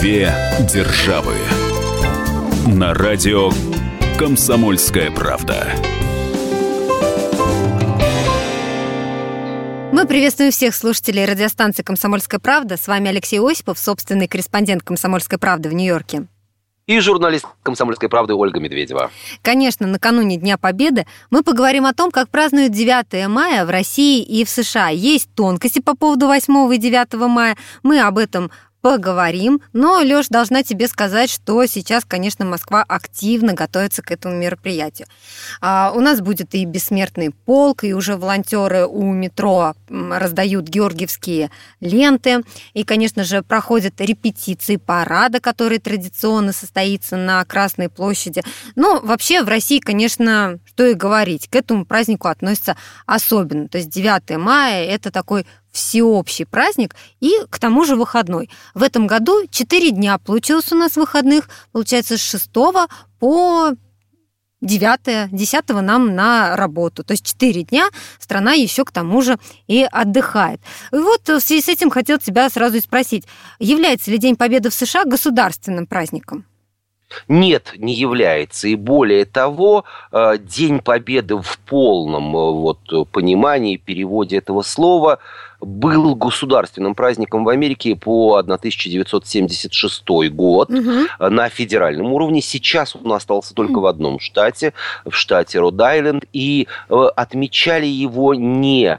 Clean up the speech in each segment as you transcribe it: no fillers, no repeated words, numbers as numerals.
Две державы. На радио «Комсомольская правда». Мы приветствуем всех слушателей радиостанции «Комсомольская правда». С вами Алексей Осипов, собственный корреспондент «Комсомольской правды» в Нью-Йорке. И журналист «Комсомольской правды» Ольга Медведева. Конечно, накануне Дня Победы мы поговорим о том, как празднуют 9 мая в России и в США. Есть тонкости по поводу 8 и 9 мая. Мы об этом поговорим. Но, Лёш, должна тебе сказать, что сейчас, конечно, Москва активно готовится к этому мероприятию. У нас будет и бессмертный полк, и уже волонтеры у метро раздают георгиевские ленты. И, конечно же, проходят репетиции парада, который традиционно состоится на Красной площади. Но вообще в России, конечно, что и говорить, к этому празднику относятся особенно. То есть 9 мая – это такой всеобщий праздник и, к тому же, выходной. В этом году 4 дня получилось у нас выходных. Получается, с 6 по 9, 10 нам на работу. То есть 4 дня страна еще к тому же и отдыхает. И вот в связи с этим хотел тебя сразу и спросить, является ли День Победы в США государственным праздником? Нет, не является. И более того, День Победы в полном понимании, переводе этого слова был государственным праздником в Америке по 1976 год на федеральном уровне. Сейчас он остался только в одном штате, в штате Род-Айленд, и отмечали его не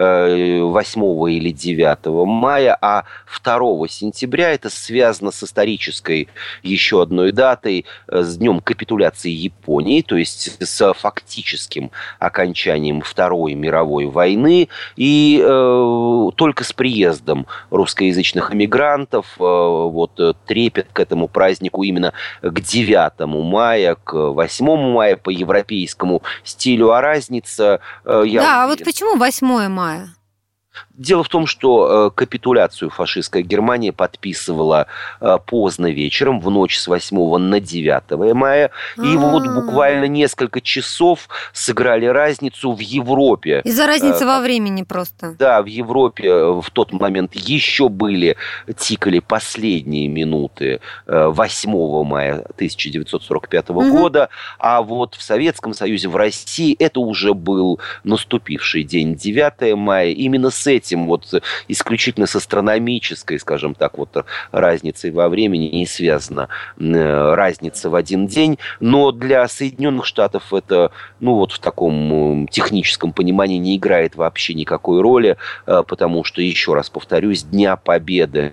8 или 9 мая, а 2 сентября. Это связано с исторической еще одной датой, с днем капитуляции Японии, то есть с фактическим окончанием Второй мировой войны. И только с приездом русскоязычных эмигрантов трепет к этому празднику именно к 9 мая, к 8 мая по европейскому стилю. А разница... А вот почему 8 мая? Дело в том, что капитуляцию фашистская Германия подписывала поздно вечером, в ночь с 8 на 9 мая. И буквально несколько часов сыграли разницу в Европе. Из-за разницы во времени просто. Да, в Европе в тот момент еще тикали последние минуты 8 мая 1945 года. А вот в Советском Союзе, в России, это уже был наступивший день 9 мая. Именно с этим исключительно с астрономической, скажем так, разницей во времени не связана разница в один день. Но для Соединенных Штатов это, в таком техническом понимании не играет вообще никакой роли, потому что, еще раз повторюсь, Дня Победы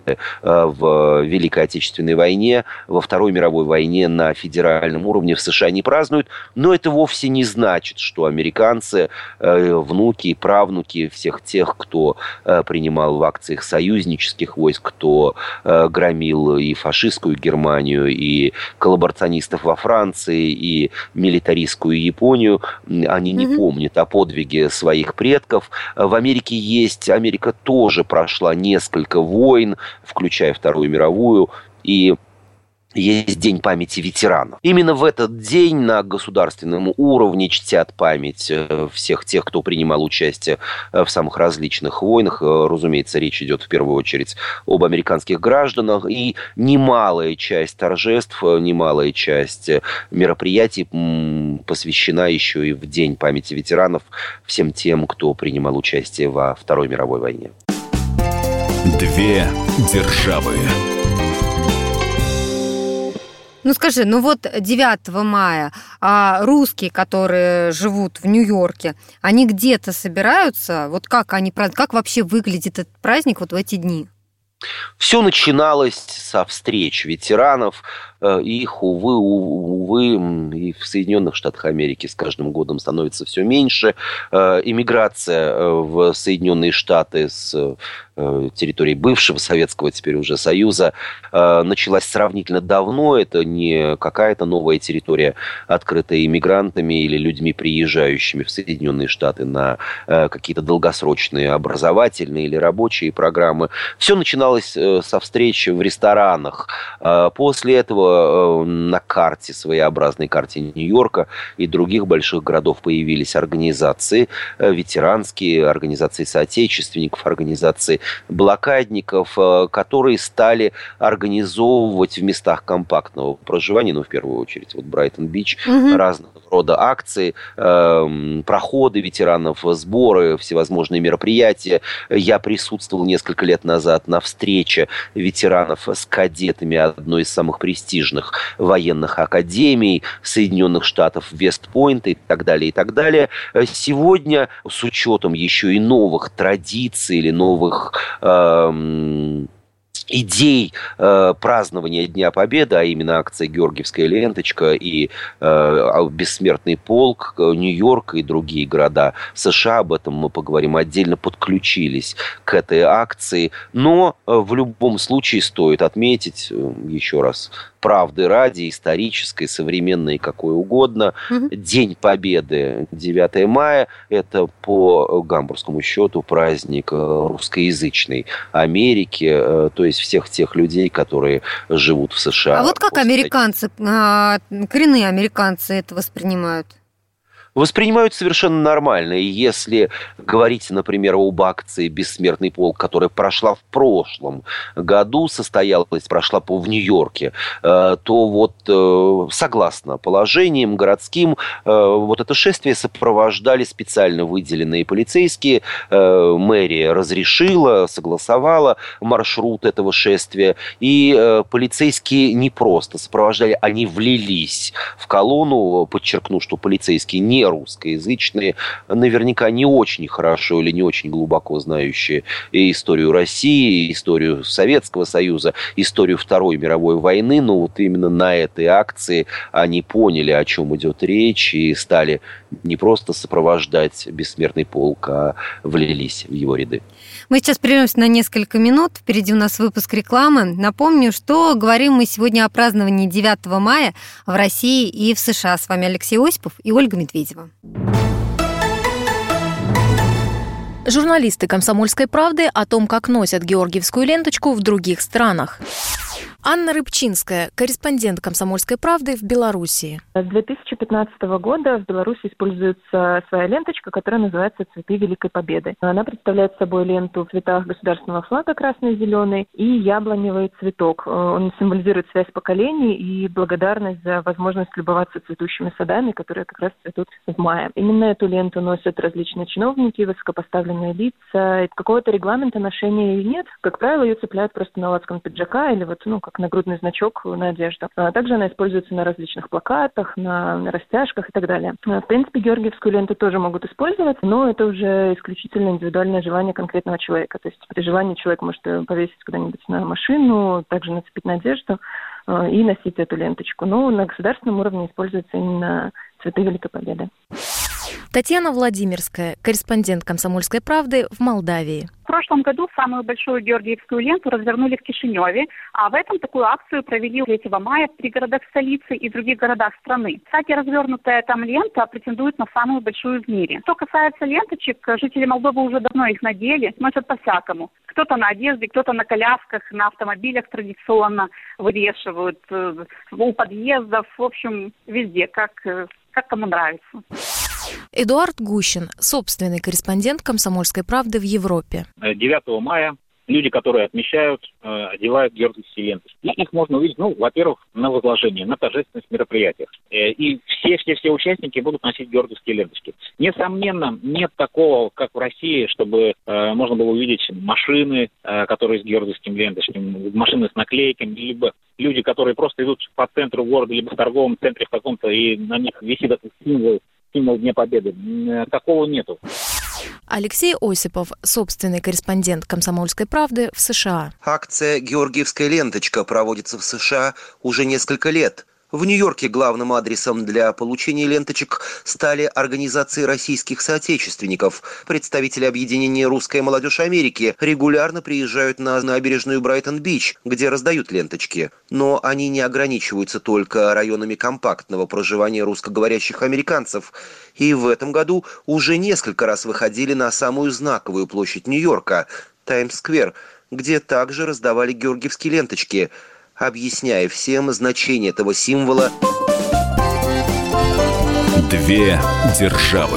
в Великой Отечественной войне, во Второй мировой войне на федеральном уровне в США не празднуют. Но это вовсе не значит, что американцы, внуки и правнуки всех тех, кто принимал в акциях союзнических войск, кто громил и фашистскую Германию, и коллаборационистов во Франции, и милитаристскую Японию, они не помнят о подвиге своих предков. В Америке Америка тоже прошла несколько войн, включая Вторую мировую, и есть День памяти ветеранов. Именно в этот день на государственном уровне чтят память всех тех, кто принимал участие в самых различных войнах. Разумеется, речь идет в первую очередь об американских гражданах. И немалая часть торжеств, немалая часть мероприятий посвящена еще и в День памяти ветеранов всем тем, кто принимал участие во Второй мировой войне. Две державы. Скажи, 9 мая русские, которые живут в Нью-Йорке, они где-то собираются? Как вообще выглядит этот праздник в эти дни? Все начиналось со встреч ветеранов. Их, увы, и в Соединенных Штатах Америки с каждым годом становится все меньше. Иммиграция в Соединенные Штаты с территории бывшего Советского, теперь уже Союза, началась сравнительно давно. Это не какая-то новая территория, открытая иммигрантами или людьми, приезжающими в Соединенные Штаты на какие-то долгосрочные образовательные или рабочие программы. Все начиналось со встреч в ресторанах. После этого на карте, своеобразной карте Нью-Йорка и других больших городов появились организации ветеранские, организации соотечественников, организации блокадников, которые стали организовывать в местах компактного проживания, в первую очередь, Брайтон-Бич, разного рода акции, проходы ветеранов, сборы, всевозможные мероприятия. Я присутствовал несколько лет назад на встрече ветеранов с кадетами одной из самых престижных военных академий Соединенных Штатов, Вест-Пойнта и так далее, и так далее. Сегодня, с учетом еще и новых традиций или новых идей празднования Дня Победы, а именно акция «Георгиевская ленточка» и «Бессмертный полк», Нью-Йорк и другие города США, об этом мы поговорим отдельно, подключились к этой акции. Но в любом случае стоит отметить, еще раз, правды ради, исторической, современной, какой угодно. День Победы, 9 мая, это по гамбургскому счету праздник русскоязычной Америки, то есть всех тех людей, которые живут в США. А вот как американцы, коренные американцы это воспринимают? Воспринимают совершенно нормально. И если говорить, например, об акции «Бессмертный полк», которая прошла в прошлом году, прошла в Нью-Йорке, то согласно положениям городским, это шествие сопровождали специально выделенные полицейские. Мэрия разрешила, согласовала маршрут этого шествия. И полицейские не просто сопровождали, они влились в колонну. Подчеркну, что полицейские не русскоязычные, наверняка не очень хорошо или не очень глубоко знающие и историю России, и историю Советского Союза, историю Второй мировой войны, но именно на этой акции они поняли, о чем идет речь, и стали не просто сопровождать Бессмертный полк, а влились в его ряды. Мы сейчас прервемся на несколько минут. Впереди у нас выпуск рекламы. Напомню, что говорим мы сегодня о праздновании 9 мая в России и в США. С вами Алексей Осипов и Ольга Медведева. Журналисты «Комсомольской правды» о том, как носят георгиевскую ленточку в других странах. Анна Рыбчинская, корреспондент «Комсомольской правды» в Белоруссии. С 2015 года в Беларуси используется своя ленточка, которая называется «Цветы Великой Победы». Она представляет собой ленту в цветах государственного флага красный и зеленый и яблоневый цветок. Он символизирует связь поколений и благодарность за возможность любоваться цветущими садами, которые как раз цветут в мае. Именно эту ленту носят различные чиновники, высокопоставленные лица. Какого-то регламента ношения ее нет. Как правило, ее цепляют просто на лацкан пиджака или как нагрудный значок на одежду. А также она используется на различных плакатах, на растяжках и так далее. В принципе, георгиевскую ленту тоже могут использовать, но это уже исключительно индивидуальное желание конкретного человека. То есть при желании человек может повесить куда-нибудь на машину, также нацепить на одежду и носить эту ленточку. Но на государственном уровне используются именно цветы Великой Победы. Татьяна Владимирская, корреспондент «Комсомольской правды» в Молдавии. В прошлом году самую большую георгиевскую ленту развернули в Кишиневе, а в этом такую акцию провели 3 мая в пригородах столицы и других городах страны. Кстати, развернутая там лента претендует на самую большую в мире. Что касается ленточек, жители Молдовы уже давно их надели, носят по-всякому. Кто-то на одежде, кто-то на колясках, на автомобилях традиционно вывешивают, у подъездов, в общем, везде, как кому нравится. Эдуард Гущин, собственный корреспондент «Комсомольской правды» в Европе. 9 мая люди, которые отмечают, одевают георгиевские ленты. И их можно увидеть, во-первых, на возложении, на торжественных мероприятиях. И все участники будут носить георгиевские ленточки. Несомненно, нет такого, как в России, чтобы можно было увидеть машины, которые с георгиевским ленточками, машины с наклейками, либо люди, которые просто идут по центру города, либо в торговом центре в каком-то, и на них висит этот символ Дня Победы. Такого нету. Алексей Осипов, собственный корреспондент «Комсомольской правды» в США. Акция «Георгиевская ленточка» проводится в США уже несколько лет. В Нью-Йорке главным адресом для получения ленточек стали организации российских соотечественников. Представители объединения «Русская молодежь Америки» регулярно приезжают на набережную Брайтон-Бич, где раздают ленточки. Но они не ограничиваются только районами компактного проживания русскоговорящих американцев. И в этом году уже несколько раз выходили на самую знаковую площадь Нью-Йорка – Таймс-сквер, где также раздавали георгиевские ленточки. объясняя всем значение этого символа. Две державы.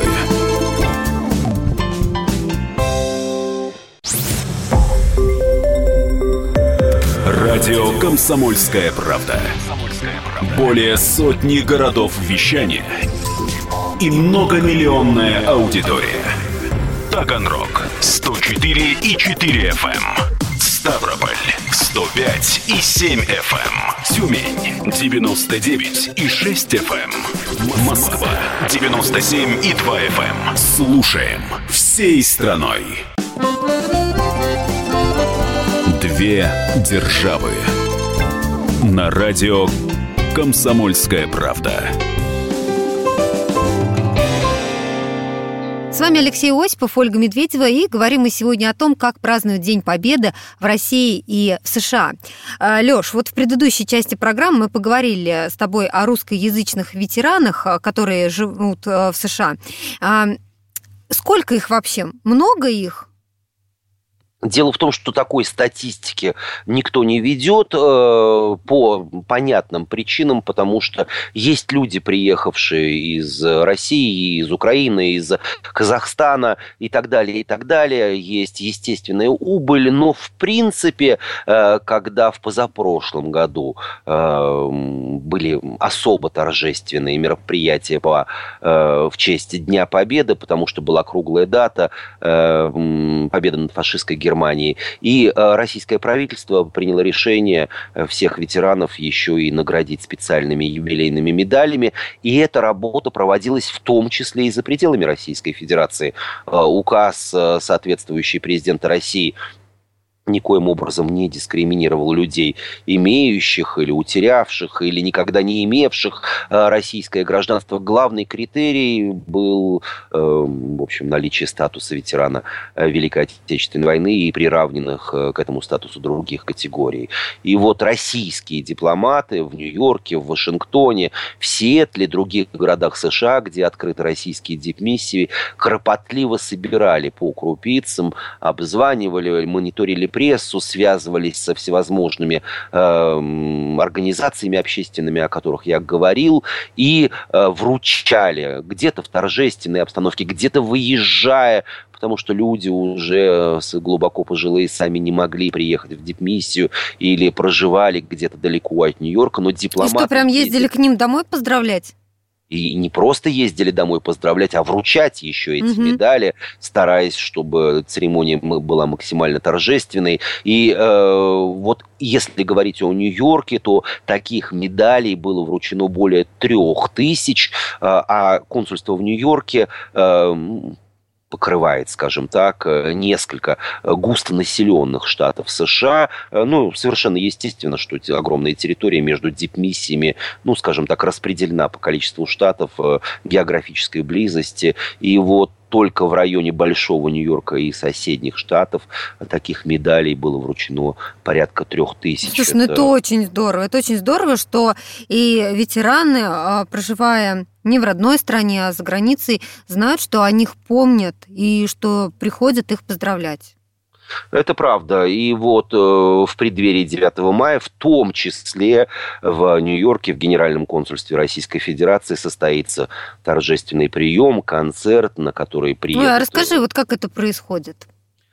Радио «Комсомольская правда». Более сотни городов вещания и многомиллионная аудитория. Таганрог 104,4 FM. Ставрополь 105,7 FM. Тюмень 99,6 FM. Москва 97,2 FM. Слушаем всей страной. Две державы. На радио «Комсомольская правда». С вами Алексей Осипов, Ольга Медведева, и говорим мы сегодня о том, как празднуют День Победы в России и в США. Лёш, вот в предыдущей части программы мы поговорили с тобой о русскоязычных ветеранах, которые живут в США. Сколько их вообще? Много их? Дело в том, что такой статистики никто не ведет по понятным причинам, потому что есть люди, приехавшие из России, из Украины, из Казахстана и так далее, и так далее. Есть естественная убыль, но в принципе, когда в позапрошлом году были особо торжественные мероприятия в честь Дня Победы, потому что была круглая дата победы над фашистской Германией, и российское правительство приняло решение всех ветеранов еще и наградить специальными юбилейными медалями. И эта работа проводилась в том числе и за пределами Российской Федерации. Указ, соответствующий президента России, никоим образом не дискриминировал людей, имеющих или утерявших, или никогда не имевших российское гражданство. Главный критерий был, в общем, наличие статуса ветерана Великой Отечественной войны и приравненных к этому статусу других категорий. И вот российские дипломаты в Нью-Йорке, в Вашингтоне, в Сиэтле, других городах США, где открыты российские дипмиссии, кропотливо собирали по крупицам, обзванивали, мониторили прессу, связывались со всевозможными организациями общественными, о которых я говорил, и вручали где-то в торжественной обстановке, где-то выезжая, потому что люди уже глубоко пожилые сами не могли приехать в дипмиссию или проживали где-то далеко от Нью-Йорка, но дипломаты... И что, прям ездили к ним домой поздравлять? И не просто ездили домой поздравлять, а вручать еще эти медали, стараясь, чтобы церемония была максимально торжественной. И вот если говорить о Нью-Йорке, то таких медалей было вручено более 3000, а консульство в Нью-Йорке покрывает, скажем так, несколько густонаселенных штатов США. Ну, совершенно естественно, что эти огромные территории между дипмиссиями, ну, скажем так, распределена по количеству штатов, географической близости. И вот только в районе Большого Нью-Йорка и соседних штатов таких медалей было вручено порядка 3000. Слушай, ну это очень здорово. Это очень здорово, что и ветераны, проживая не в родной стране, а за границей, знают, что о них помнят и что приходят их поздравлять. Это правда. И вот в преддверии 9 мая, в том числе в Нью-Йорке, в Генеральном консульстве Российской Федерации состоится торжественный прием, концерт, на который приедут... Ну, расскажи, вот как это происходит?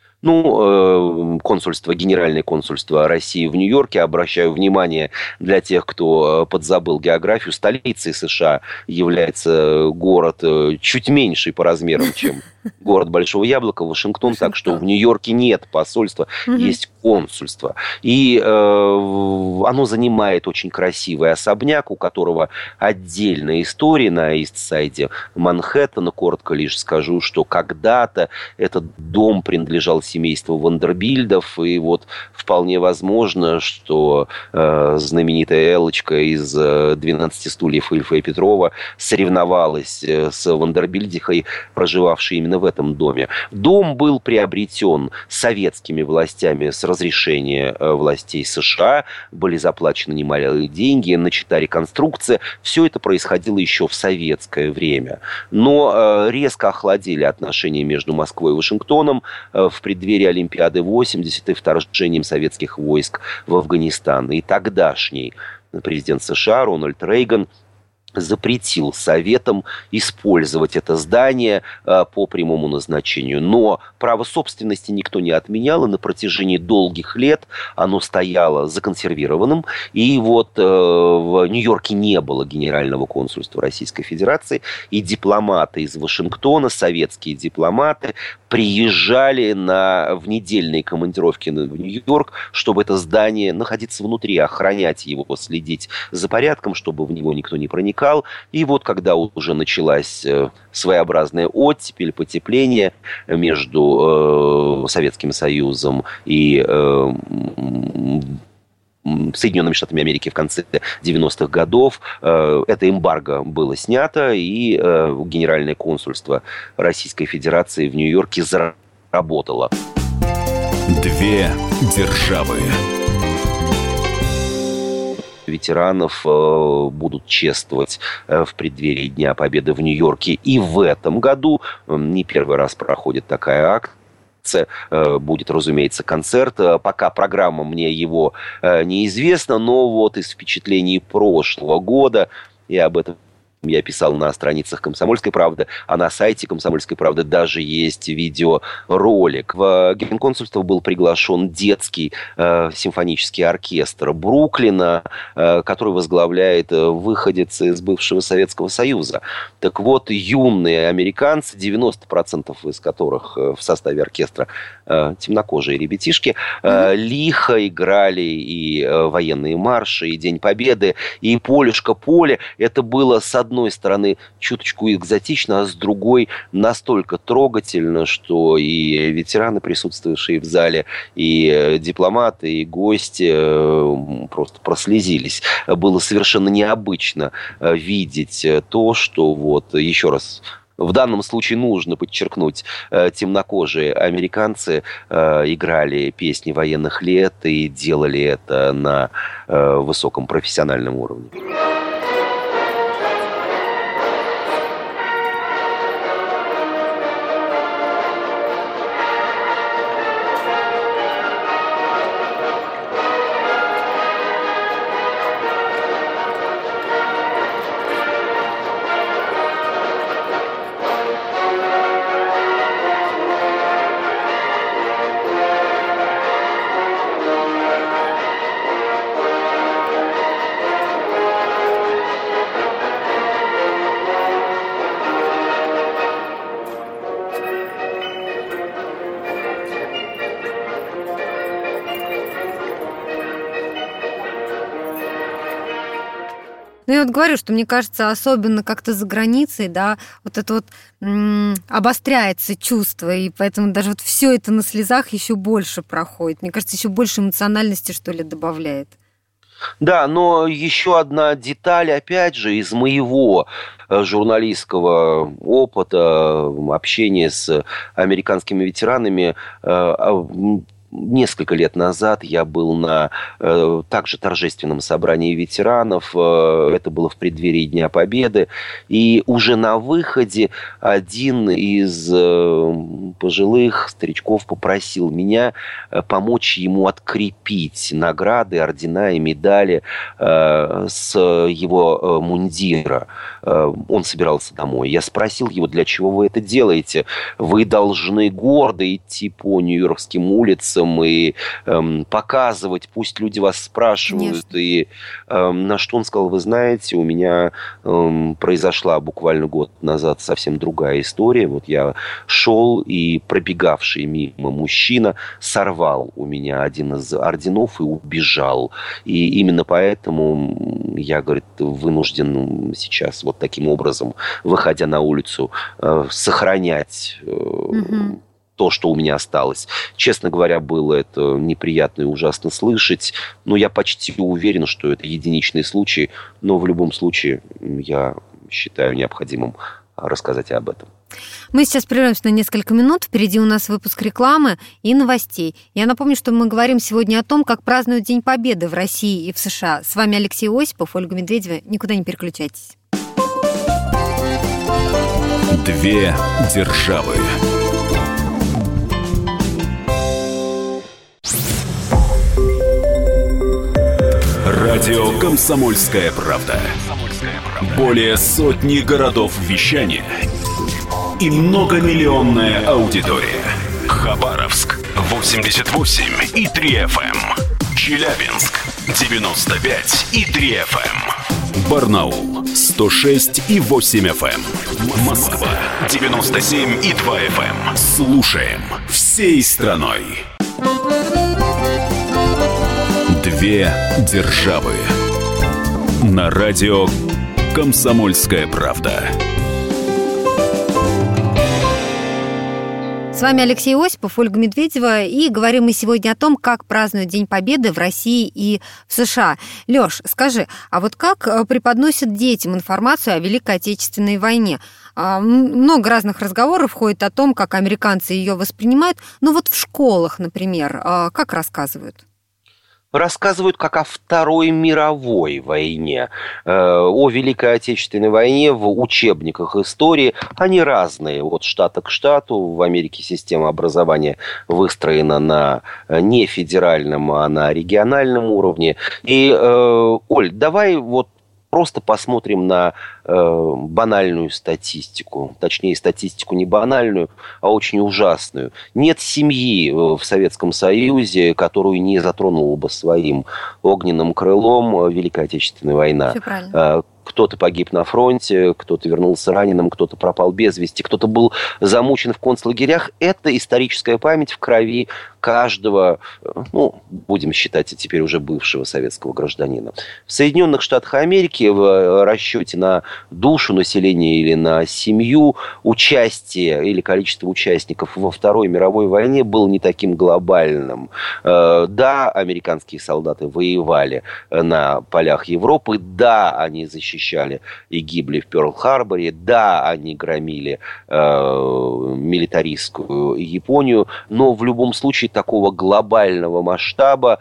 Ну, Генеральное консульство России в Нью-Йорке, обращаю внимание для тех, кто подзабыл географию, столицей США является город чуть меньший по размерам, чем город Большого Яблока, Вашингтон, так что в Нью-Йорке нет посольства, есть консульство. И оно занимает очень красивый особняк, у которого отдельная история на Ист-Сайде Манхэттена. Коротко лишь скажу, что когда-то этот дом принадлежал семейству Вандербильдов, и вот вполне возможно, что знаменитая Эллочка из «12 стульев» Ильфа и Петрова соревновалась с Вандербильдихой, проживавшей именно именно в этом доме. Дом был приобретен советскими властями с разрешения властей США, были заплачены немалые деньги, начата реконструкция. Все это происходило еще в советское время. Но резко охладили отношения между Москвой и Вашингтоном в преддверии Олимпиады 80 и вторжением советских войск в Афганистан. И тогдашний президент США Рональд Рейган запретил Советам использовать это здание по прямому назначению. Но право собственности никто не отменял, и на протяжении долгих лет оно стояло законсервированным. И вот в Нью-Йорке не было генерального консульства Российской Федерации, и дипломаты из Вашингтона, советские дипломаты, приезжали в недельные командировки в Нью-Йорк, чтобы это здание находиться внутри, охранять его, следить за порядком, чтобы в него никто не проникал. И вот когда уже началась своеобразная оттепель, потепление между Советским Союзом и Соединенными Штатами Америки в конце 90-х годов, это эмбарго было снято, и Генеральное консульство Российской Федерации в Нью-Йорке заработало. Две державы. Ветеранов будут чествовать в преддверии Дня Победы в Нью-Йорке. И в этом году не первый раз проходит такая акция. Будет, разумеется, концерт. Пока программа мне его неизвестна, но вот из впечатлений прошлого года, и об этом я писал на страницах «Комсомольской правды», а на сайте «Комсомольской правды» даже есть видеоролик. В Генконсульство был приглашен детский симфонический оркестр Бруклина, который возглавляет выходец из бывшего Советского Союза. Так вот, юные американцы, 90% из которых в составе оркестра темнокожие ребятишки, лихо играли и военные марши, и День Победы, и «Полюшка, поле». Это было, с одной стороны, чуточку экзотично, а с другой настолько трогательно, что и ветераны, присутствовавшие в зале, и дипломаты, и гости просто прослезились. Было совершенно необычно видеть то, что вот еще раз... В данном случае нужно подчеркнуть, темнокожие американцы играли песни военных лет и делали это на высоком профессиональном уровне. Ну, я вот говорю, что мне кажется, особенно как-то за границей, да, вот это вот обостряется чувство, и поэтому даже вот все это на слезах еще больше проходит. Мне кажется, еще больше эмоциональности, что ли, добавляет. Да, но еще одна деталь, опять же, из моего журналистского опыта, общения с американскими ветеранами. Несколько лет назад я был на также торжественном собрании ветеранов. Это было в преддверии Дня Победы. И уже на выходе один из пожилых старичков попросил меня помочь ему открепить награды, ордена и медали с его мундира. Он собирался домой. Я спросил его, для чего вы это делаете? Вы должны гордо идти по нью-йоркским улицам и показывать, пусть люди вас спрашивают. Конечно. И на что он сказал: вы знаете, у меня произошла буквально год назад совсем другая история. Вот я шел, и пробегавший мимо мужчина сорвал у меня один из орденов и убежал. И именно поэтому я, говорит, вынужден сейчас вот таким образом, выходя на улицу, сохранять... то, что у меня осталось. Честно говоря, было это неприятно и ужасно слышать. Но я почти уверен, что это единичный случай. Но в любом случае я считаю необходимым рассказать об этом. Мы сейчас прервемся на несколько минут. Впереди у нас выпуск рекламы и новостей. Я напомню, что мы говорим сегодня о том, как празднуют День Победы в России и в США. С вами Алексей Осипов, Ольга Медведева. Никуда не переключайтесь. Две державы. Радио «Комсомольская правда». Более сотни городов вещания и многомиллионная аудитория. Хабаровск 88,3 FM. Челябинск 95,3 FM. Барнаул 106,8 FM. Москва 97,2 FM. Слушаем всей страной. Две державы. На радио «Комсомольская правда». С вами Алексей Осипов, Ольга Медведева, и говорим мы сегодня о том, как празднуют День Победы в России и в США. Лёш, скажи, а вот как преподносят детям информацию о Великой Отечественной войне? Много разных разговоров ходит о том, как американцы ее воспринимают, но вот в школах, например, как рассказывают? Рассказывают как о Второй мировой войне, о Великой Отечественной войне в учебниках истории. Они разные, от штата к штату. В Америке система образования выстроена на не федеральном, а на региональном уровне. И, Оль, давай вот просто посмотрим на банальную статистику. Точнее, статистику не банальную, а очень ужасную. Нет семьи в Советском Союзе, которую не затронула бы своим огненным крылом Великая Отечественная война. Все правильно. Кто-то погиб на фронте, кто-то вернулся раненым, кто-то пропал без вести, кто-то был замучен в концлагерях. Это историческая память в крови каждого, будем считать, теперь уже бывшего советского гражданина. В Соединенных Штатах Америки в расчете на душу населения или на семью участие или количество участников во Второй мировой войне было не таким глобальным. Да, американские солдаты воевали на полях Европы, да, они защищали и гибли в Пёрл-Харборе, да, они громили милитаристскую Японию, но в любом случае такого глобального масштаба,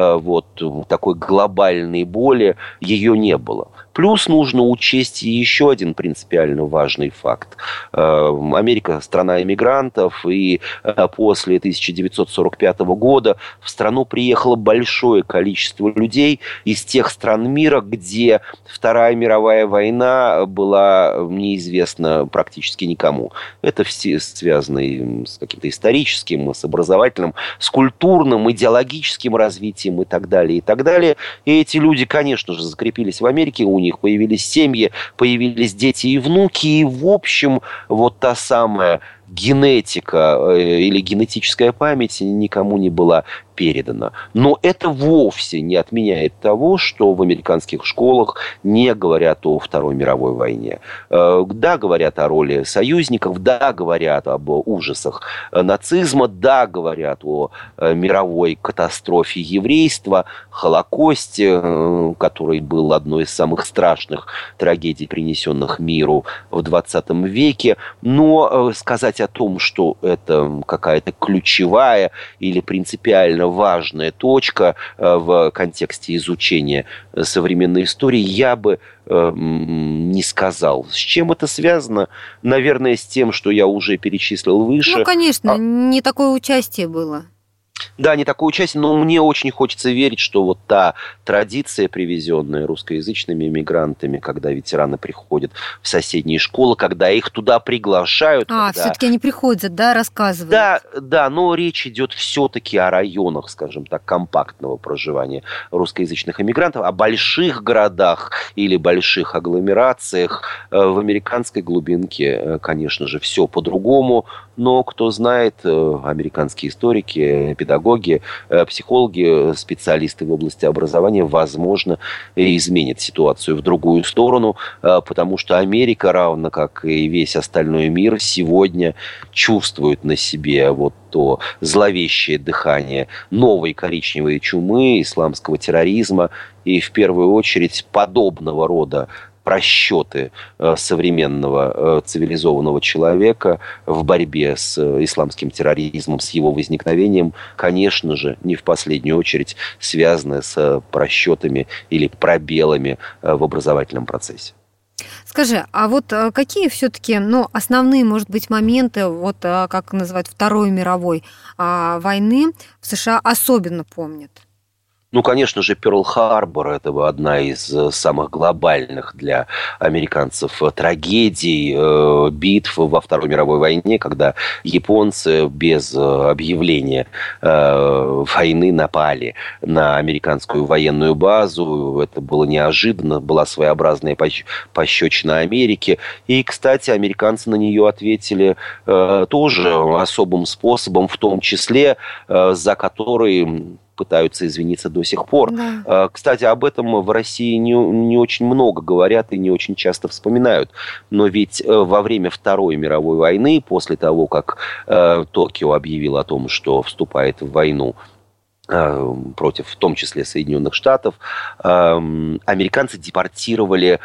такой глобальной боли ее не было. Плюс нужно учесть еще один принципиально важный факт. Америка – страна иммигрантов, и после 1945 года в страну приехало большое количество людей из тех стран мира, где Вторая мировая война была неизвестна практически никому. Это все связано с каким-то историческим, с образовательным, с культурным, идеологическим развитием и так далее, и так далее. И эти люди, конечно же, закрепились в Америке, у них появились семьи, появились дети и внуки, и, в общем, вот та самая генетика или генетическая память никому не была передана. Но это вовсе не отменяет того, что в американских школах не говорят о Второй мировой войне. Да, говорят о роли союзников, да, говорят об ужасах нацизма, да, говорят о мировой катастрофе еврейства, Холокосте, который был одной из самых страшных трагедий, принесенных миру в 20 веке. Но сказать о том, что это какая-то ключевая или принципиально важная точка в контексте изучения современной истории, я бы не сказал. С чем это связано? Наверное, с тем, что я уже перечислил выше. Ну, конечно, не такое участие было. Да, не такое участие, но мне очень хочется верить, что вот та традиция, привезенная русскоязычными иммигрантами, когда ветераны приходят в соседние школы, когда их туда приглашают. Все-таки они приходят, да, рассказывают. Да, но речь идет все-таки о районах, скажем так, компактного проживания русскоязычных иммигрантов, о больших городах или больших агломерациях. В американской глубинке, конечно же, все по-другому, но кто знает, американские историки, педагоги, психологи, специалисты в области образования, возможно, изменят ситуацию в другую сторону, потому что Америка, равно как и весь остальной мир, сегодня чувствует на себе вот то зловещее дыхание новой коричневой чумы, исламского терроризма и, в первую очередь, подобного рода просчеты современного цивилизованного человека в борьбе с исламским терроризмом, с его возникновением, конечно же, не в последнюю очередь связаны с просчетами или пробелами в образовательном процессе. Скажи, а вот какие все-таки, основные, может быть, моменты, как называют, Второй мировой войны в США особенно помнят? Конечно же, Пёрл-Харбор – это одна из самых глобальных для американцев трагедий, битв во Второй мировой войне, когда японцы без объявления войны напали на американскую военную базу. Это было неожиданно, была своеобразная пощечина Америки. И, кстати, американцы на нее ответили тоже особым способом, в том числе за который пытаются извиниться до сих пор. Да. Кстати, об этом в России не очень много говорят и не очень часто вспоминают. Но ведь во время Второй мировой войны, после того, как Токио объявил о том, что вступает в войну против, в том числе, Соединенных Штатов, американцы депортировали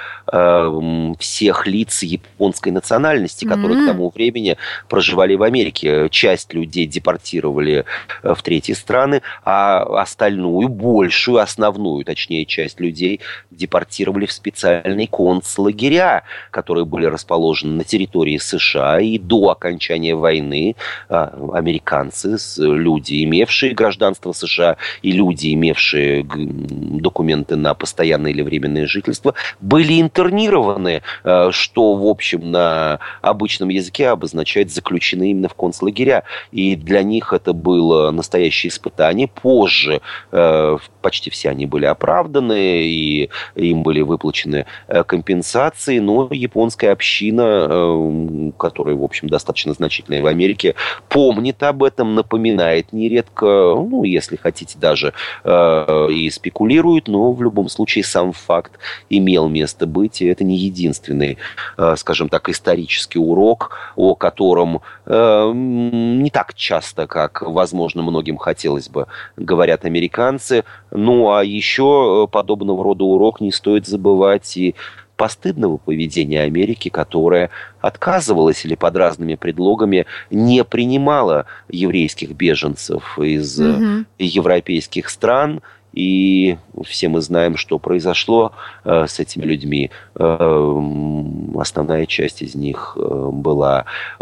всех лиц японской национальности, которые к тому времени проживали в Америке. Часть людей депортировали в третьи страны, а остальную, большую, основную, точнее, часть людей депортировали в специальные концлагеря, которые были расположены на территории США. И до окончания войны американцы, люди, имевшие гражданство США, и люди, имевшие документы на постоянное или временное жительство, были интернированы, что, в общем, на обычном языке обозначает заключены именно в концлагеря. И для них это было настоящее испытание. Позже почти все они были оправданы, и им были выплачены компенсации, но японская община, которая, в общем, достаточно значительная в Америке, помнит об этом, напоминает нередко, если хотите, даже и спекулируют, но в любом случае сам факт имел место быть, и это не единственный, скажем так, исторический урок, о котором не так часто, как, возможно, многим хотелось бы, говорят американцы. А еще подобного рода урок не стоит забывать и постыдного поведения Америки, которая отказывалась или под разными предлогами не принимала еврейских беженцев из европейских стран. И все мы знаем, что произошло с этими людьми. Основная часть из них была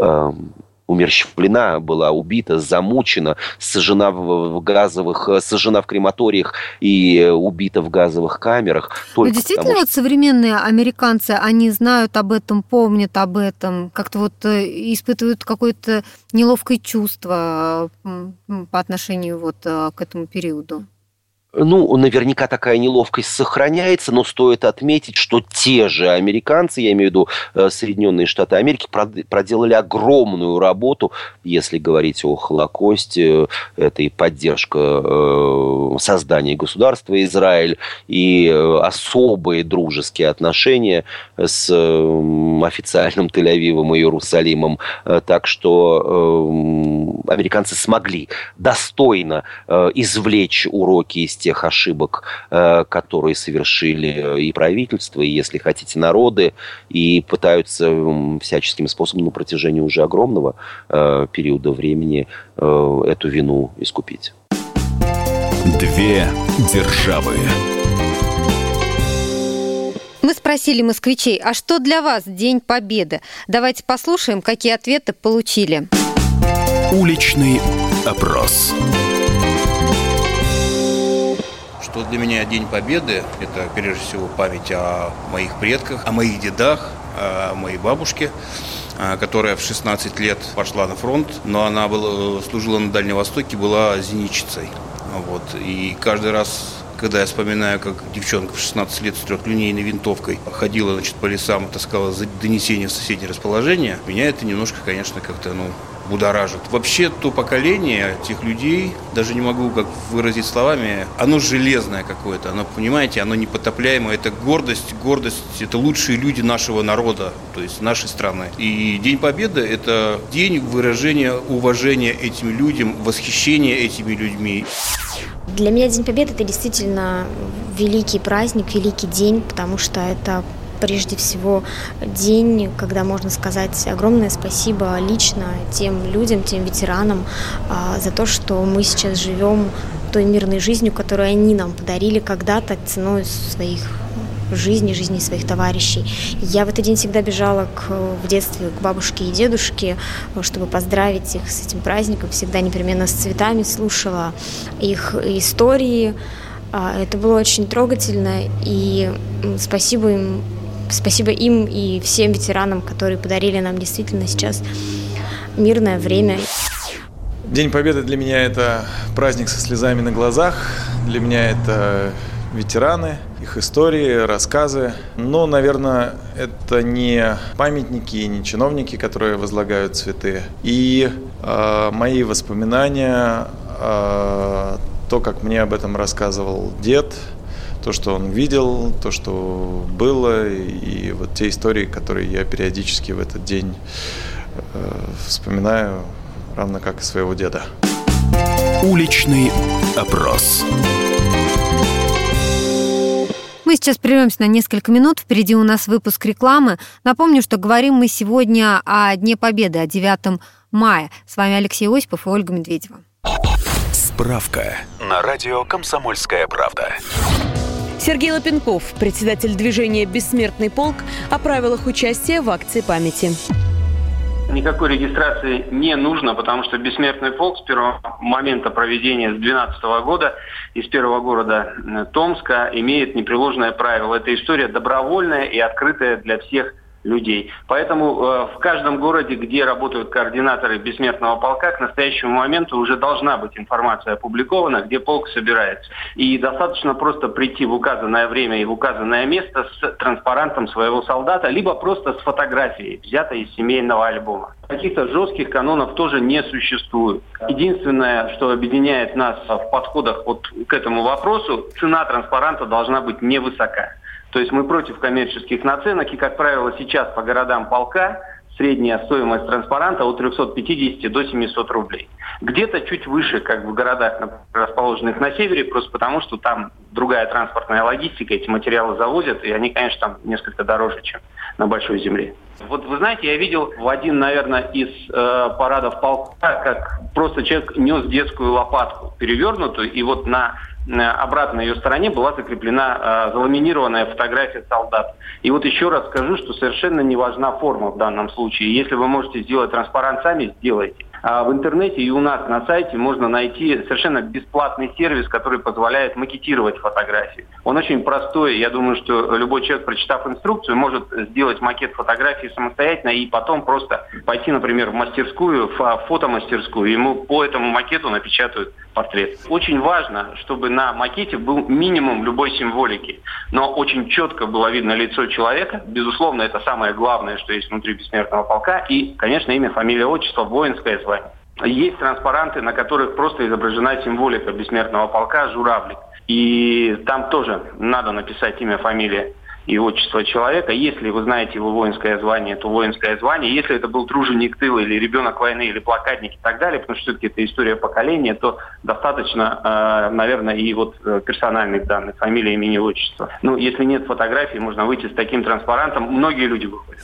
умерщвлена, была убита, замучена, сожжена в крематориях и убита в газовых камерах. Действительно, современные американцы, они знают об этом, помнят об этом, как-то испытывают какое-то неловкое чувство по отношению к этому периоду? Наверняка такая неловкость сохраняется, но стоит отметить, что те же американцы, я имею в виду Соединенные Штаты Америки, проделали огромную работу, если говорить о Холокосте. Это и поддержка создания государства Израиль, и особые дружеские отношения с официальным Тель-Авивом и Иерусалимом. Так что американцы смогли достойно извлечь уроки из тех ошибок, которые совершили и правительство, и, если хотите, народы, и пытаются всяческим способом на протяжении уже огромного периода времени эту вину искупить. Две державы. Мы спросили москвичей, а что для вас День Победы? Давайте послушаем, какие ответы получили. Уличный опрос. Что для меня День Победы – это, прежде всего, память о моих предках, о моих дедах, о моей бабушке, которая в 16 лет пошла на фронт, но она служила на Дальнем Востоке, была зенитчицей. И каждый раз, когда я вспоминаю, как девчонка в 16 лет с трехлинейной винтовкой ходила, по лесам, таскала донесения в соседнее расположение, меня это немножко, конечно, как-то, будоражит. Вообще, то поколение тех людей, даже не могу как выразить словами, оно железное какое-то, оно, понимаете, оно непотопляемое, это гордость, это лучшие люди нашего народа, то есть нашей страны. И День Победы – это день выражения уважения этим людям, восхищения этими людьми. Для меня День Победы – это действительно великий праздник, великий день, потому что это прежде всего день, когда можно сказать огромное спасибо лично тем людям, тем ветеранам за то, что мы сейчас живем той мирной жизнью, которую они нам подарили когда-то ценой своих жизни своих товарищей. Я в этот день всегда бежала в детстве к бабушке и дедушке, чтобы поздравить их с этим праздником, всегда непременно с цветами, слушала их истории. Это было очень трогательно, и спасибо им и всем ветеранам, которые подарили нам действительно сейчас мирное время. День Победы для меня – это праздник со слезами на глазах. Для меня это ветераны, их истории, рассказы. Но, наверное, это не памятники и не чиновники, которые возлагают цветы. И мои воспоминания, то, как мне об этом рассказывал дед, то, что он видел, то, что было, и вот те истории, которые я периодически в этот день вспоминаю, равно как и своего деда. Уличный опрос. Мы сейчас прервемся на несколько минут. Впереди у нас выпуск рекламы. Напомню, что говорим мы сегодня о Дне Победы, о 9 мая. С вами Алексей Осипов и Ольга Медведева. Справка на радио «Комсомольская правда». Сергей Лапенков, председатель движения «Бессмертный полк», о правилах участия в акции памяти. Никакой регистрации не нужно, потому что «Бессмертный полк» с первого момента проведения с 2012 года из первого города Томска имеет непреложное правило. Эта история добровольная и открытая для всех людей. Поэтому в каждом городе, где работают координаторы «Бессмертного полка», к настоящему моменту уже должна быть информация опубликована, где полк собирается. И достаточно просто прийти в указанное время и в указанное место с транспарантом своего солдата, либо просто с фотографией, взятой из семейного альбома. Каких-то жестких канонов тоже не существует. Единственное, что объединяет нас в подходах вот к этому вопросу, цена транспаранта должна быть невысока. То есть мы против коммерческих наценок, и, как правило, сейчас по городам полка средняя стоимость транспаранта от 350 до 700 рублей. Где-то чуть выше, как в городах, расположенных на севере, просто потому, что там другая транспортная логистика, эти материалы завозят, и они, конечно, там несколько дороже, чем на Большой Земле. Вот вы знаете, я видел в один, наверное, из парадов полка, как просто человек нес детскую лопатку перевернутую, и вот на обратной ее стороне была закреплена заламинированная фотография солдата. И вот еще раз скажу, что совершенно не важна форма в данном случае. Если вы можете сделать транспарант сами, сделайте. А в интернете и у нас на сайте можно найти совершенно бесплатный сервис, который позволяет макетировать фотографии. Он очень простой. Я думаю, что любой человек, прочитав инструкцию, может сделать макет фотографии самостоятельно и потом просто пойти, например, в мастерскую, в фотомастерскую, и ему по этому макету напечатают портрет. Очень важно, чтобы на макете был минимум любой символики, но очень четко было видно лицо человека. Безусловно, это самое главное, что есть внутри Бессмертного полка. И, конечно, имя, фамилия, отчество, воинское звание. Есть транспаранты, на которых просто изображена символика Бессмертного полка, журавлик. И там тоже надо написать имя, фамилия и отчество человека. Если вы знаете его воинское звание, то воинское звание. Если это был труженик тыла или ребенок войны, или плакатник и так далее, потому что все-таки это история поколения, то достаточно, наверное, и вот персональных данных, фамилия, имени, отчество. Ну, если нет фотографий, можно выйти с таким транспарантом. Многие люди выходят.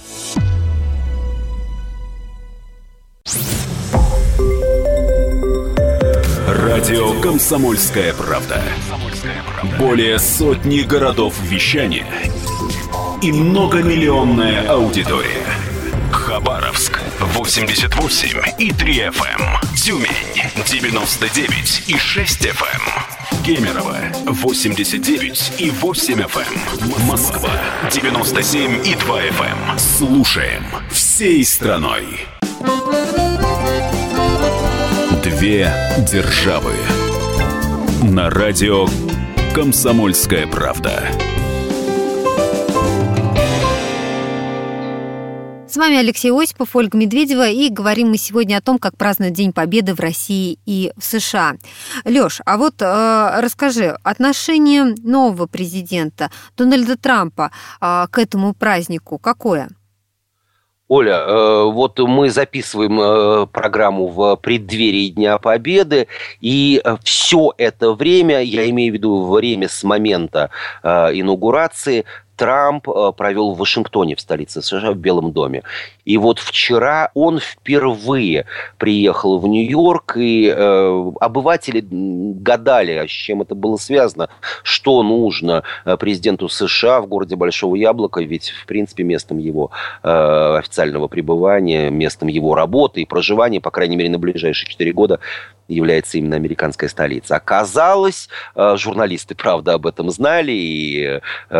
Радио «Комсомольская правда». Более сотни городов вещания и многомиллионная аудитория. Хабаровск 88 и 3 FM. Тюмень 99 и 6 FM. Кемерово 89 и 8 FM. Москва 97 и 2 FM. Слушаем всей страной. Две державы. На радио «Комсомольская правда». С вами Алексей Осипов, Ольга Медведева, и говорим мы сегодня о том, как празднуют День Победы в России и в США. Лёш, а вот расскажи, отношение нового президента Дональда Трампа к этому празднику какое? Оля, вот мы записываем программу в преддверии Дня Победы, и все это время, я имею в виду время с момента инаугурации, Трамп провел в Вашингтоне, в столице США, в Белом доме. И вот вчера он впервые приехал в Нью-Йорк, и обыватели гадали, с чем это было связано, что нужно президенту США в городе Большого Яблока, ведь, в принципе, местом его официального пребывания, местом его работы и проживания, по крайней мере, на ближайшие 4 года, является именно американская столица. Оказалось, журналисты, правда, об этом знали, и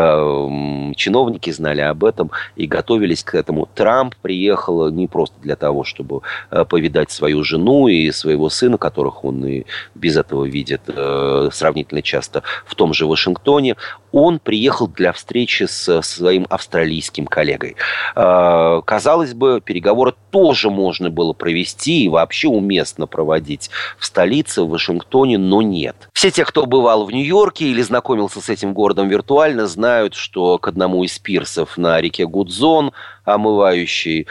чиновники знали об этом, и готовились к этому. Трамп приехал не просто для того, чтобы повидать свою жену и своего сына, которых он и без этого видит сравнительно часто в том же Вашингтоне. Он приехал для встречи с своим австралийским коллегой. Казалось бы, переговоры тоже можно было провести и вообще уместно проводить в столице, в Вашингтоне, но нет. Все те, кто бывал в Нью-Йорке или знакомился с этим городом виртуально, знают, что к одному из пирсов на реке Гудзон, омывающей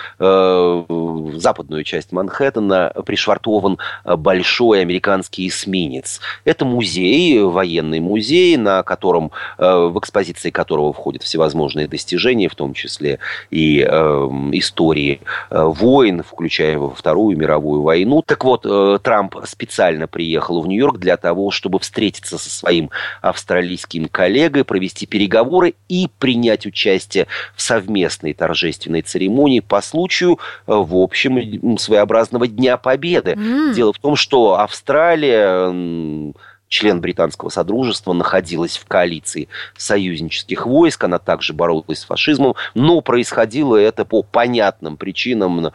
западную часть Манхэттена, пришвартован большой американский эсминец. Это музей, военный музей, на котором, в экспозиции которого входят всевозможные достижения, в том числе и истории войн, включая Вторую мировую войну. Так вот, Трамп специально приехал в Нью-Йорк для того, чтобы встретиться со своим австралийским коллегой, провести переговоры и принять участие в совместной торжественной церемонии по случаю, в общем, своеобразного Дня Победы. Дело в том, что Австралия, член британского содружества, находилась в коалиции союзнических войск, она также боролась с фашизмом, но происходило это по понятным причинам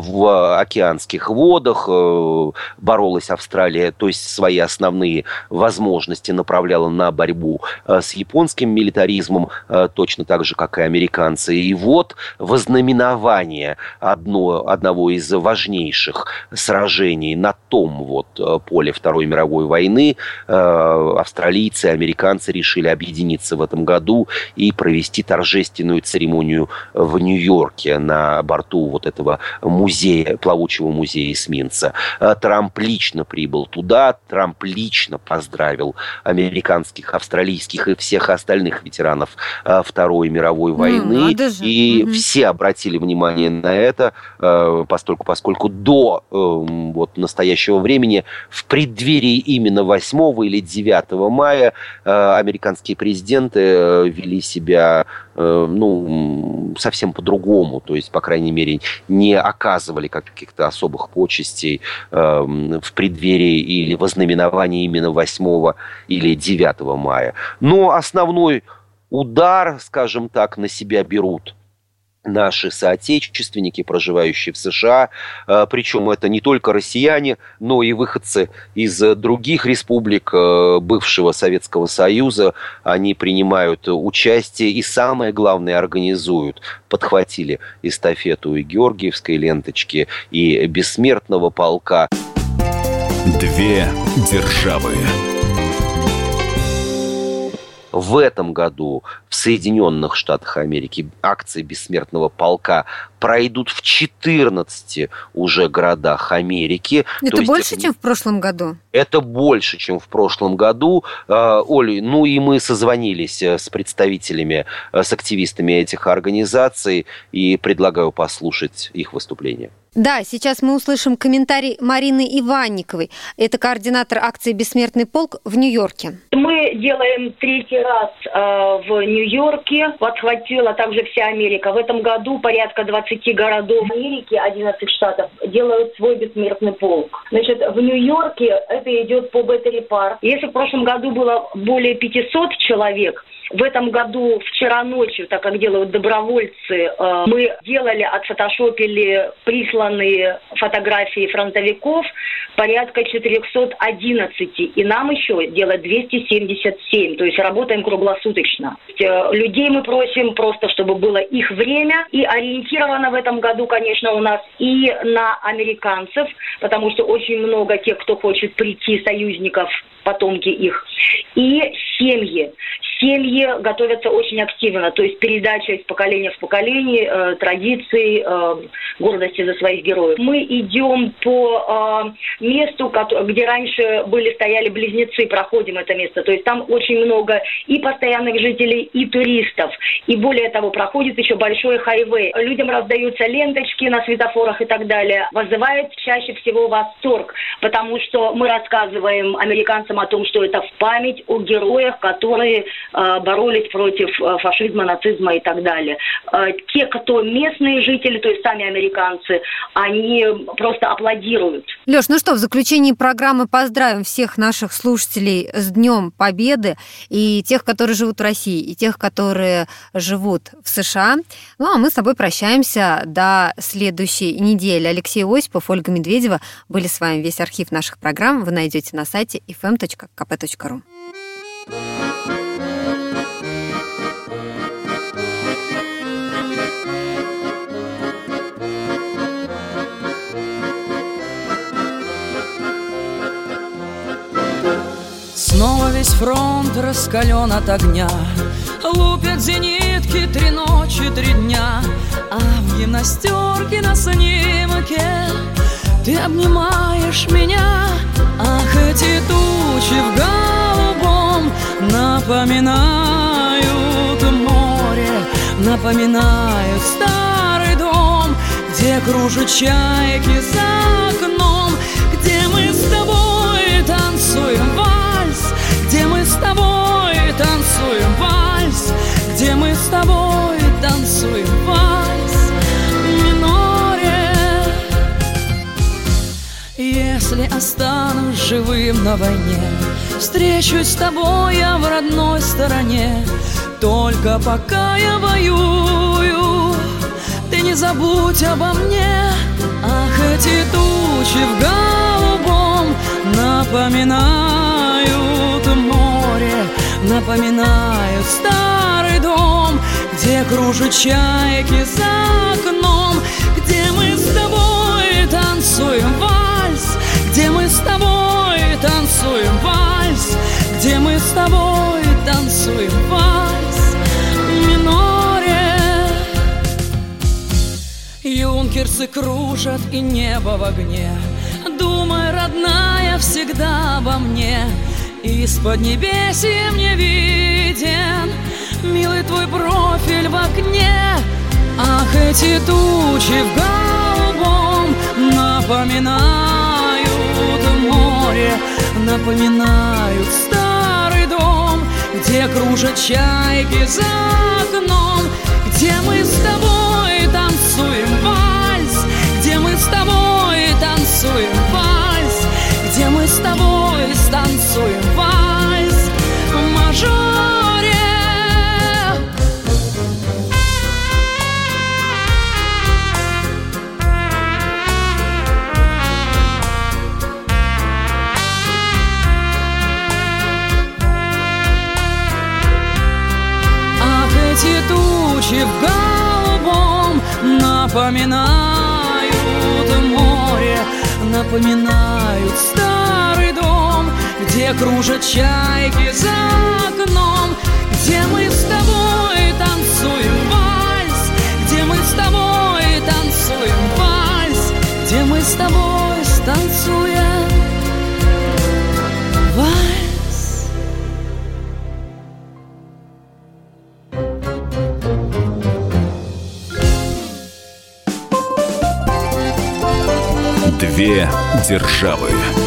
в океанских водах, боролась Австралия, то есть свои основные возможности направляла на борьбу с японским милитаризмом, точно так же, как и американцы. И вот вознаменование одного из важнейших сражений на том вот поле Второй мировой войны австралийцы, американцы решили объединиться в этом году и провести торжественную церемонию в Нью-Йорке на борту вот этого музея, плавучего музея эсминца. Трамп лично прибыл туда, Трамп лично поздравил американских, австралийских и всех остальных ветеранов Второй мировой войны. И все обратили внимание на это, поскольку до вот настоящего времени, в преддверии именно 8 или 9 мая американские президенты вели себя совсем по-другому, то есть, по крайней мере, не оказывали каких-то особых почестей в преддверии или вознаменовании именно 8 или 9 мая. Но основной удар, скажем так, на себя берут наши соотечественники, проживающие в США, причем это не только россияне, но и выходцы из других республик бывшего Советского Союза. Они принимают участие и, самое главное, организуют, подхватили эстафету и Георгиевской ленточки, и Бессмертного полка. Две державы. В этом году в Соединенных Штатах Америки акции Бессмертного полка пройдут в 14 уже городах Америки. Это больше, чем в прошлом году? Это больше, чем в прошлом году. Оль, и мы созвонились с представителями, с активистами этих организаций, и предлагаю послушать их выступление. Да, сейчас мы услышим комментарий Марины Иванниковой. Это координатор акции «Бессмертный полк» в Нью-Йорке. Мы делаем 3-й раз в Нью-Йорке. Подхватила также вся Америка. В этом году порядка 20 городов Америки, 11 штатов, делают свой бессмертный полк. Значит, в Нью-Йорке это идет по Беттери Парк. Если в прошлом году было более 500 человек, в этом году вчера ночью, так как делают добровольцы, мы отфотошопили присланные фотографии фронтовиков порядка 411. И нам еще делать 277. То есть работаем круглосуточно. Людей мы просим просто, чтобы было их время. И ориентировано в этом году, конечно, у нас и на американцев, потому что очень много тех, кто хочет прийти, союзников, потомки их, и семьи. семьи готовятся очень активно, то есть передача из поколения в поколение традиций, гордости за своих героев. Мы идем по месту, где раньше стояли близнецы, проходим это место, то есть там очень много и постоянных жителей, и туристов, и более того, проходит еще большой хайвей. Людям раздаются ленточки на светофорах и так далее. Вызывает чаще всего восторг, потому что мы рассказываем американцам о том, что это в память о героях, которые боролись против фашизма, нацизма и так далее. Те, кто местные жители, то есть сами американцы, они просто аплодируют. Лёш, ну что, в заключении программы поздравим всех наших слушателей с Днем Победы, и тех, которые живут в России, и тех, которые живут в США. Ну, а мы с тобой прощаемся до следующей недели. Алексей Осипов, Ольга Медведева были с вами. Весь архив наших программ вы найдете на сайте fm.kp.ru. Снова весь фронт раскален от огня, лупят зенитки 3 ночи, 3 дня, а в гимнастерке на снимке ты обнимаешь меня. Ах, эти тучи в голубом напоминают море, напоминают старый дом, где кружат чайки за окном, где мы с тобой танцуем вальс, где мы с тобой танцуем вальс, где мы с тобой танцуем вальс в миноре. Если останусь живым на войне, встречусь с тобой я в родной стороне. Только пока я воюю, ты не забудь обо мне. Ах, эти тучи в голубом напоминают море, напоминают старый дом, где кружат чайки за окном, где мы с тобой танцуем вальс, где мы с тобой танцуем вальс, где мы с тобой танцуем вальс в миноре. Юнкерсы кружат и небо в огне, думай, родная, всегда обо мне. Из-под небесья мне виден милый твой профиль в окне. Ах, эти тучи в голубом напоминают море, напоминают старый дом, где кружат чайки за окном, где мы с тобой танцуем вальс, где мы с тобой танцуем вальс, где мы с тобой станцуем вальс в мажоре. Ах, эти тучи в голубом напоминают море, напоминают старый дом, где кружат чайки за окном, где мы с тобой танцуем вальс, где мы с тобой танцуем вальс, где мы с тобой станцуем вальс. Две державы.